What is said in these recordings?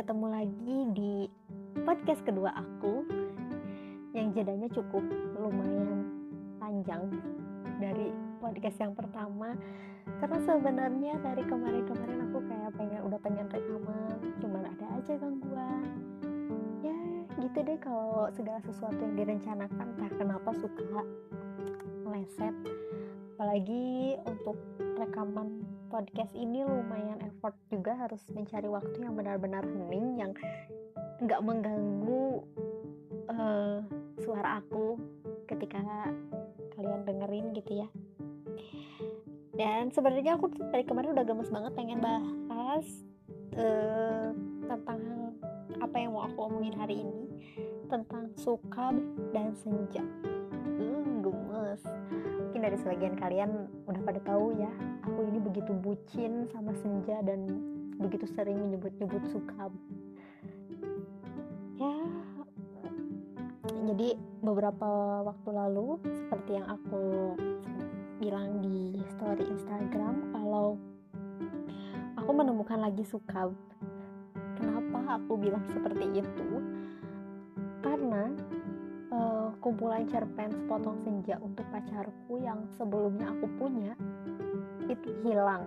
ketemu lagi di podcast kedua aku yang jedanya cukup lumayan panjang dari podcast yang pertama, karena sebenarnya dari kemarin aku kayak pengen rekaman, cuman ada aja gangguan. Ya gitu deh, kalau segala sesuatu yang direncanakan entah kenapa suka meleset. Apalagi untuk rekaman podcast ini lumayan effort juga, harus mencari waktu yang benar-benar hening, yang nggak mengganggu suara aku ketika kalian dengerin gitu ya. Dan sebenarnya aku dari kemarin udah gemes banget pengen bahas tentang apa yang mau aku omongin hari ini, tentang suka dan senja. Gemes. Mungkin dari sebagian kalian udah pada tahu ya, aku ini begitu bucin sama senja dan begitu sering menyebut-nyebut suka. Ya, jadi beberapa waktu lalu, seperti yang aku bilang di story Instagram, kalau aku menemukan lagi suka. Kenapa aku bilang seperti itu? Karena kumpulan cerpen sepotong senja untuk pacarku yang sebelumnya aku punya itu hilang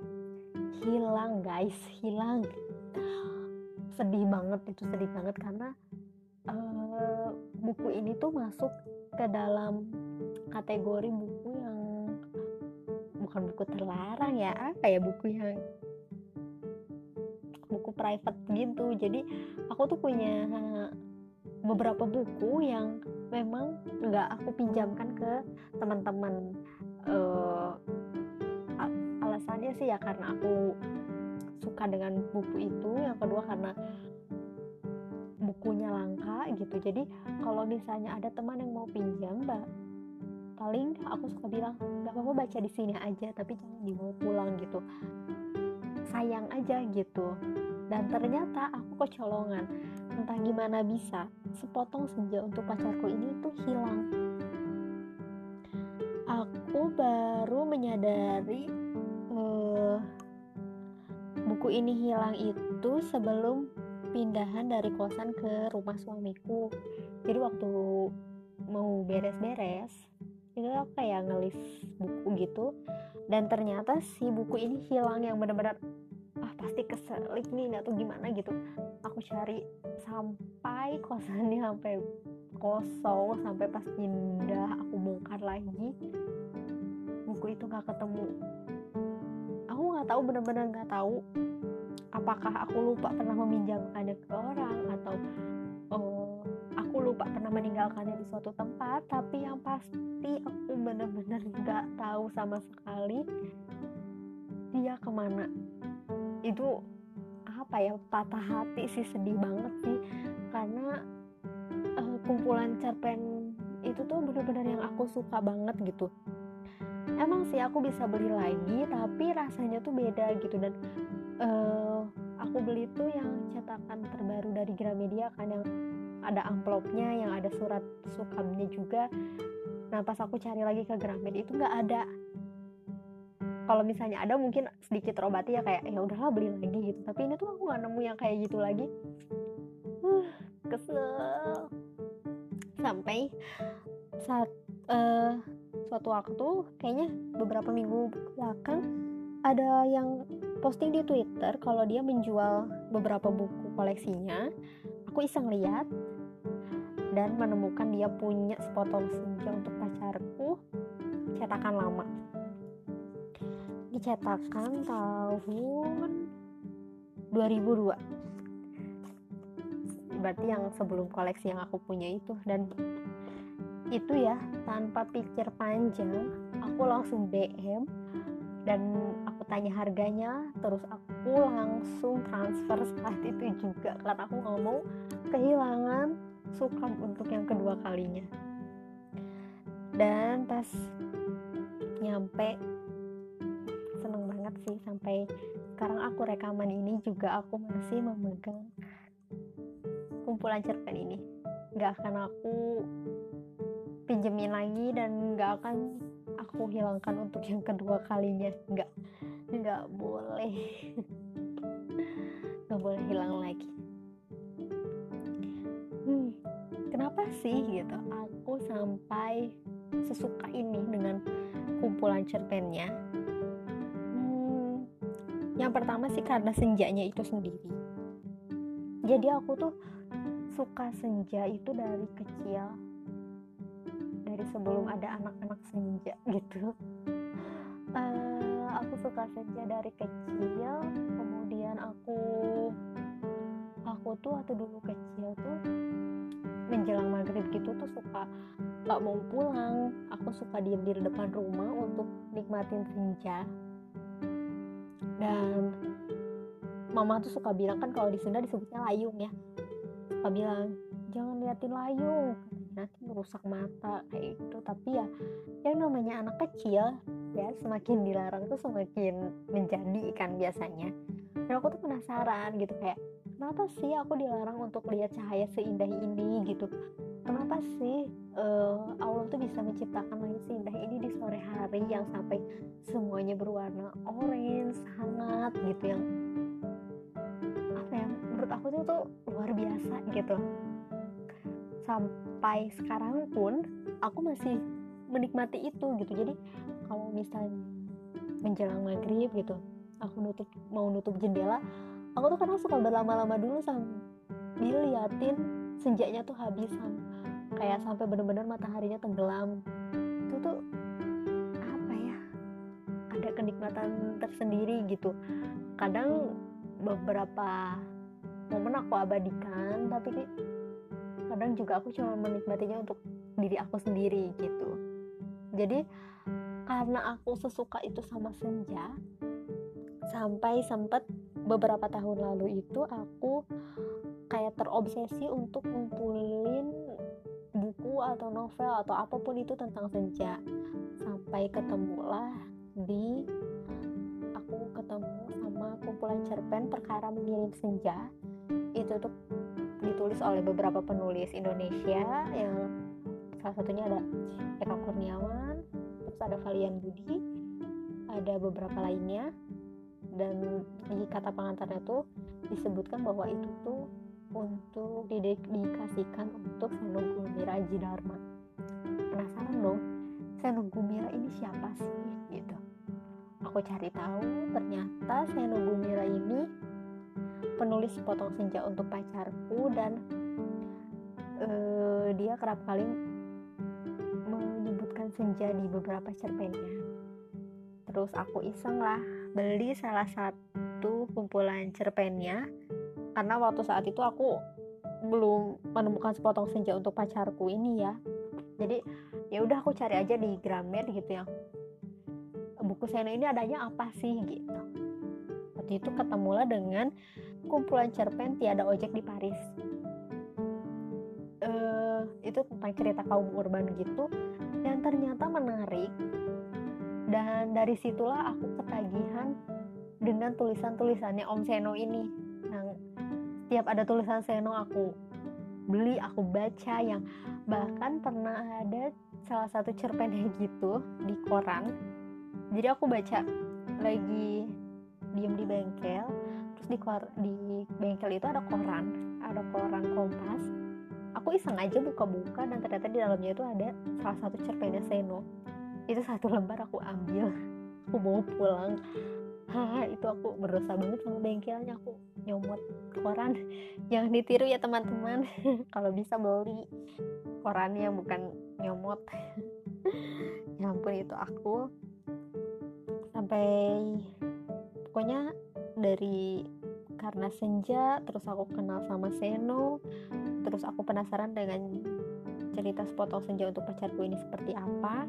guys, hilang. Sedih banget karena buku ini tuh masuk ke dalam kategori buku yang bukan buku terlarang ya, buku private gitu. Jadi aku tuh punya beberapa buku yang memang nggak aku pinjamkan ke teman-teman. Alasannya sih ya karena aku suka dengan buku itu, yang kedua karena bukunya langka gitu. Jadi kalau misalnya ada teman yang mau pinjam, paling aku suka bilang nggak apa-apa, baca di sini aja, tapi jangan dibawa pulang gitu, sayang aja gitu. Dan ternyata aku kecolongan, entah gimana bisa sepotong senja untuk pacarku ini tuh hilang. Aku baru menyadari buku ini hilang itu sebelum pindahan dari kosan ke rumah suamiku. Jadi waktu mau beres-beres itu aku kayak ngelis buku gitu, dan ternyata si buku ini hilang, yang benar-benar pasti keselip nih atau gimana gitu. Aku cari sampai kosannya sampai kosong, sampai pas pindah aku bongkar lagi, buku itu nggak ketemu. Aku nggak tahu, benar-benar nggak tahu apakah aku lupa pernah meminjamkannya ke orang, atau aku lupa pernah meninggalkannya di suatu tempat. Tapi yang pasti aku benar-benar nggak tahu sama sekali dia kemana. Itu patah hati sih, sedih banget sih, karena kumpulan cerpen itu tuh benar-benar yang aku suka banget gitu. Emang sih aku bisa beli lagi, tapi rasanya tuh beda gitu. Dan aku beli tuh yang cetakan terbaru dari Gramedia kan, yang ada amplopnya, yang ada surat sukamnya juga. Nah pas aku cari lagi ke Gramedia itu nggak ada. Kalau misalnya ada mungkin sedikit terobati ya, kayak ya udahlah beli lagi gitu. Tapi ini tuh aku nggak nemu yang kayak gitu lagi. Kesel. Sampai saat suatu waktu, kayaknya beberapa minggu belakang, ada yang posting di Twitter kalau dia menjual beberapa buku koleksinya. Aku iseng lihat dan menemukan dia punya sepotong senja untuk pacarku, cetakan lama. Dicetakan tahun 2002. Berarti yang sebelum koleksi yang aku punya itu. Dan itu ya, tanpa pikir panjang, aku langsung DM dan aku tanya harganya, terus aku langsung transfer saat itu juga, karena aku gak mau kehilangan sukam untuk yang kedua kalinya. Dan pas nyampe, seneng banget sih. Sampai sekarang aku rekaman ini juga aku masih memegang kumpulan cerpen ini. Gak akan aku pinjemin lagi, dan gak akan aku hilangkan untuk yang kedua kalinya. Nggak boleh nggak boleh hilang lagi. kenapa sih gitu aku sampai sesuka ini dengan kumpulan cerpennya. Yang pertama sih karena senjanya itu sendiri. Jadi aku tuh suka senja itu dari kecil, dari sebelum ada anak-anak senja gitu. Aku suka senja dari kecil. Kemudian aku tuh waktu dulu kecil tuh menjelang maghrib gitu tuh suka gak mau pulang. Aku suka diam di depan rumah untuk nikmatin senja. Dan mama tuh suka bilang, kan kalau di Sunda disebutnya layung ya, suka bilang jangan liatin layung, nanti merusak mata kayak gitu. Tapi ya yang namanya anak kecil ya, semakin dilarang tuh semakin menjadi kan biasanya. Dan aku tuh penasaran gitu, kayak kenapa sih aku dilarang untuk lihat cahaya seindah ini gitu. Kenapa sih Allah tuh bisa menciptakan langit seindah ini di sore hari yang sampai semuanya berwarna orange hangat gitu, yang apa ya, menurut aku tuh luar biasa gitu. Sampai sekarang pun aku masih menikmati itu gitu. Jadi kalau misalnya menjelang maghrib gitu, aku mau nutup jendela, aku tuh kadang suka berlama-lama dulu sambil liatin senjanya tuh habis, kayak sampai benar-benar mataharinya tenggelam. Itu tuh apa ya, ada kenikmatan tersendiri gitu. Kadang beberapa momen aku abadikan, tapi kadang juga aku cuma menikmatinya untuk diri aku sendiri gitu. Jadi karena aku sesuka itu sama senja, sampai sempet beberapa tahun lalu itu aku kayak terobsesi untuk ngumpulin buku atau novel atau apapun itu tentang senja. Sampai aku ketemu sama kumpulan cerpen Perkara Mengirim Senja. Itu tuh ditulis oleh beberapa penulis Indonesia, yang salah satunya ada Eka Kurniawan, terus ada Valian Budi, ada beberapa lainnya. Dan di kata pengantarnya tuh disebutkan bahwa itu tuh untuk didedikasikan untuk Seno Gumira Aji Dharma. Penasaran dong, Seno Gumira ini siapa sih gitu. Aku cari tahu, ternyata Seno Gumira ini penulis Sepotong Senja Untuk Pacarku, dan dia kerap kali menyebutkan senja di beberapa cerpennya. Terus aku iseng lah beli salah satu kumpulan cerpennya, karena waktu saat itu aku belum menemukan Sepotong Senja Untuk Pacarku ini ya. Jadi ya udah aku cari aja di Gramet gitu ya, buku Seno ini adanya apa sih gitu. Waktu itu ketemulah dengan kumpulan cerpen Tiada Ojek di Paris. Itu tentang cerita kaum urban gitu, yang ternyata menarik. Dan dari situlah aku ketagihan dengan tulisan-tulisannya Om Seno ini. Yang setiap ada tulisan Seno aku beli, aku baca. Yang bahkan pernah ada salah satu cerpennya gitu di koran. Jadi aku baca lagi diem di bengkel, terus di bengkel itu ada koran Kompas. Aku iseng aja buka-buka, dan ternyata di dalamnya itu ada salah satu cerpennya Seno. Itu satu lembar aku ambil, aku bawa pulang. Itu aku berdosa banget sama bengkelnya, aku nyomot koran. Jangan ditiru ya teman-teman. Kalau bisa beli korannya, bukan nyomot. Ya ampun, itu aku sampai pokoknya dari karena senja, terus aku kenal sama Seno, terus aku penasaran dengan cerita Sepotong Senja Untuk Pacarku ini seperti apa.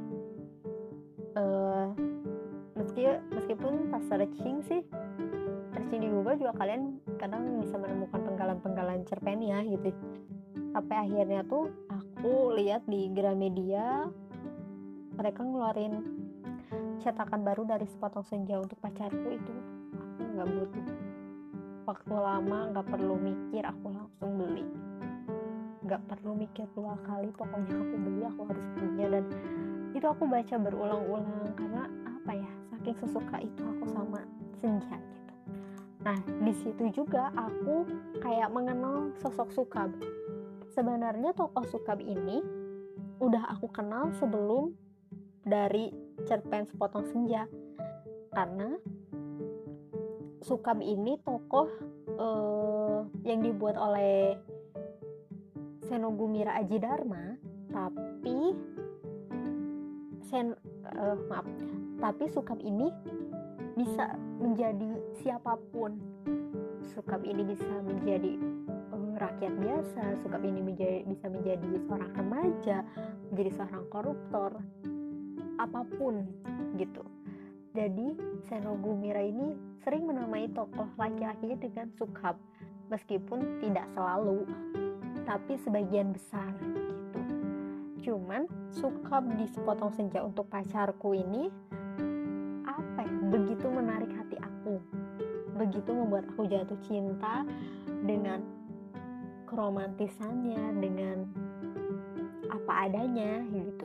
Meskipun pas searching di Google juga kalian kadang bisa menemukan penggalan-penggalan cerpen ya gitu. Sampai akhirnya tuh aku lihat di Gramedia mereka ngeluarin cetakan baru dari Sepotong Senja Untuk Pacarku. Itu aku nggak butuh waktu lama, nggak perlu mikir, aku langsung beli, nggak perlu mikir dua kali, pokoknya aku beli, aku harus punya. Dan itu aku baca berulang-ulang karena apa ya, saking sesuka itu aku sama senja gitu. Nah di situ juga aku kayak mengenal sosok Sukab. sebenarnya tokoh Sukab ini udah aku kenal sebelum dari cerpen Sepotong Senja, karena Sukab ini tokoh yang dibuat oleh Seno Gumira Aji Dharma, tapi tapi Sukab ini bisa menjadi siapapun. Sukab ini bisa menjadi rakyat biasa, Sukab ini bisa menjadi seorang remaja, menjadi seorang koruptor, apapun gitu. Jadi Seno Gumira ini sering menamai tokoh laki-lakinya dengan Sukab, meskipun tidak selalu, tapi sebagian besar gitu. Cuman Sukab di Sepotong Senja Untuk Pacarku ini begitu menarik hati aku, begitu membuat aku jatuh cinta dengan keromantisannya, dengan apa adanya gitu.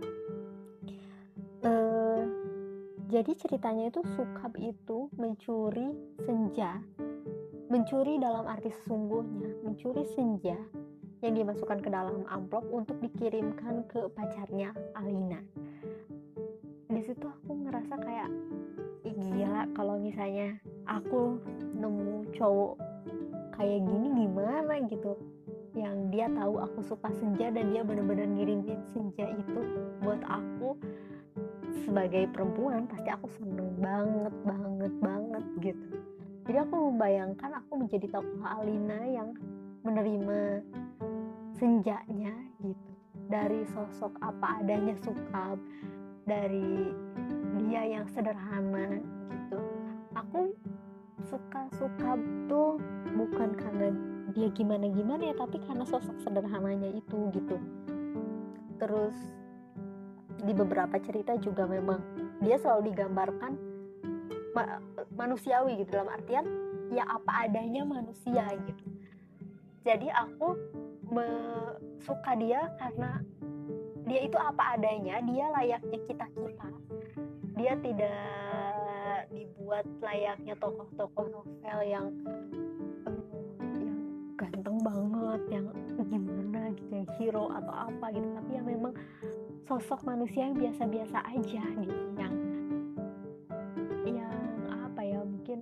Jadi ceritanya itu Sukab itu mencuri senja, mencuri dalam arti sesungguhnya, mencuri senja yang dimasukkan ke dalam amplop untuk dikirimkan ke pacarnya Alina. Di situ aku ngerasa kayak gila, kalau misalnya aku nemu cowok kayak gini gimana gitu, yang dia tahu aku suka senja dan dia benar-benar ngirimin senja itu buat aku. Sebagai perempuan pasti aku seneng banget gitu. Jadi aku membayangkan aku menjadi tokoh Alina yang menerima senjanya gitu, dari sosok apa adanya Sukab, dari dia yang sederhana gitu. Aku suka Sukab tuh bukan karena dia gimana ya, tapi karena sosok sederhananya itu gitu. Terus di beberapa cerita juga memang dia selalu digambarkan manusiawi gitu, dalam artian ya apa adanya manusia gitu. Jadi aku suka dia karena dia itu apa adanya, dia layaknya kita. Dia tidak dibuat layaknya tokoh-tokoh novel yang ganteng banget, yang gimana gitu, yang hero atau apa gitu, tapi yang memang sosok manusia yang biasa-biasa aja gitu, yang apa ya, mungkin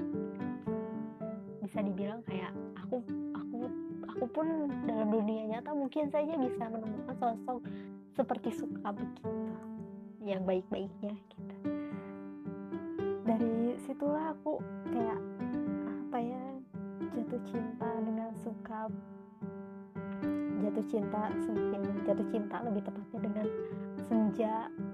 bisa dibilang kayak aku pun dalam dunia nyata mungkin saja bisa menemukan sosok seperti Sukab gitu, yang baik-baiknya gitu. Dari situlah aku kayak apa ya, jatuh cinta dengan Sukab, jatuh cinta lebih tepatnya dengan senja.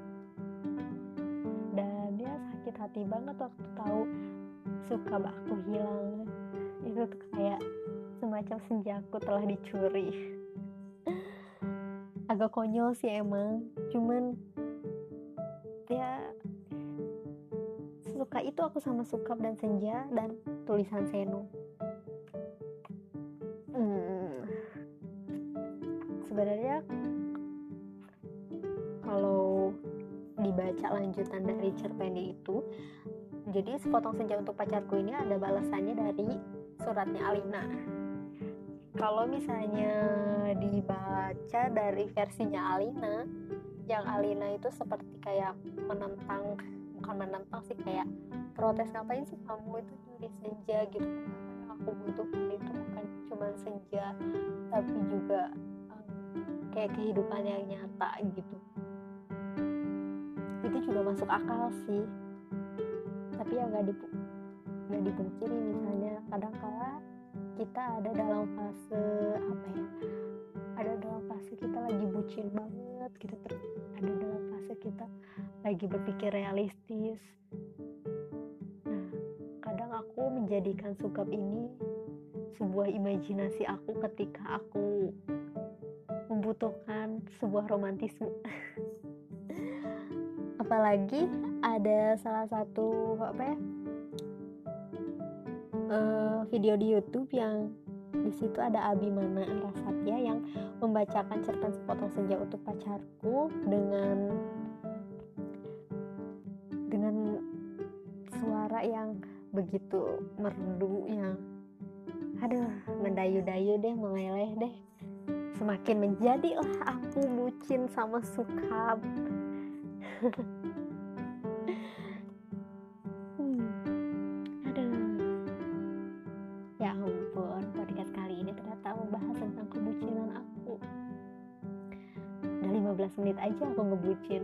Dan dia sakit hati banget waktu tahu Sukab aku hilang. Itu tuh kayak semacam senjaku telah dicuri. Agak konyol sih emang, cuman ya suka itu aku sama Sukab dan senja dan tulisan Seno. Sebenarnya kalau dibaca lanjutan dari cerpen itu, jadi Sepotong Senja Untuk Pacarku ini ada balasannya dari suratnya Alina. Kalau misalnya dibaca dari versinya Alina, yang Alina itu seperti kayak bukan menentang sih, kayak protes, ngapain sih kamu itu nyuri senja gitu, yang aku butuhkan itu bukan cuma senja tapi juga kayak kehidupan yang nyata gitu. Itu juga masuk akal sih, tapi ya nggak dipungkiri, misalnya kadang-kala kita ada dalam fase kita lagi bucin banget gitu, terus ada dalam fase kita lagi berpikir realistis. Nah, kadang aku menjadikan Sukab ini sebuah imajinasi aku ketika aku membutuhkan sebuah romantisme. Apalagi ada salah satu video di YouTube yang di situ ada Abimana Arasatya yang membacakan cerpen Sepotong Senja Untuk Pacarku dengan suara yang begitu merdu, yang mendayu-dayu deh, meleleh deh. semakin menjadilah aku bucin sama Sukab. Aduh, ya ampun, podcast kali ini ternyata membahas tentang kebucinan aku. Udah 15 menit aja aku ngebucin.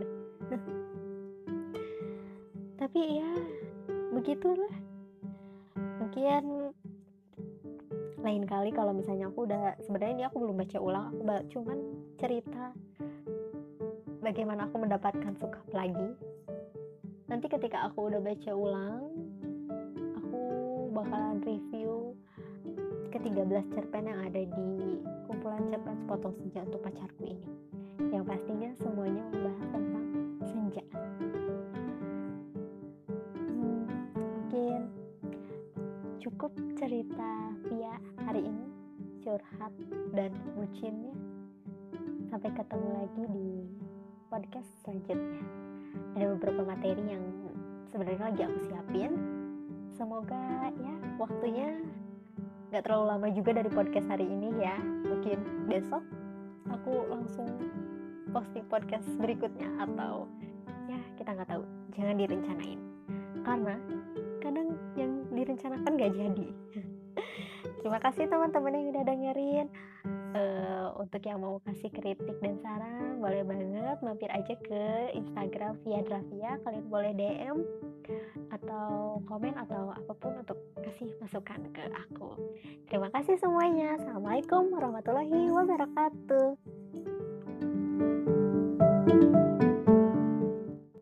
Tapi ya begitulah. Mungkin lain kali kalau misalnya aku udah, sebenarnya ini aku belum baca ulang, aku cuman cerita bagaimana aku mendapatkan Sukab lagi. Nanti ketika aku udah baca ulang, aku bakalan review ke-13 cerpen yang ada di kumpulan cerpen Sepotong Senja Untuk Pacarku ini, yang pastinya semuanya membahas tentang senja. Mungkin cukup cerita via hari ini, curhat dan bucinnya. Sampai ketemu lagi di podcast selanjutnya. Ada beberapa materi yang sebenarnya lagi aku siapin. Semoga ya waktunya gak terlalu lama juga dari podcast hari ini ya. Mungkin besok aku langsung posting podcast berikutnya, atau ya kita gak tahu, jangan direncanain, karena kadang yang direncanakan gak jadi. Terima kasih teman-teman yang udah dengerin. Untuk yang mau kasih kritik dan saran, boleh banget mampir aja ke Instagram via Dravia. Kalian boleh DM atau komen atau apapun untuk kasih masukan ke aku. Terima kasih semuanya. Assalamualaikum warahmatullahi wabarakatuh.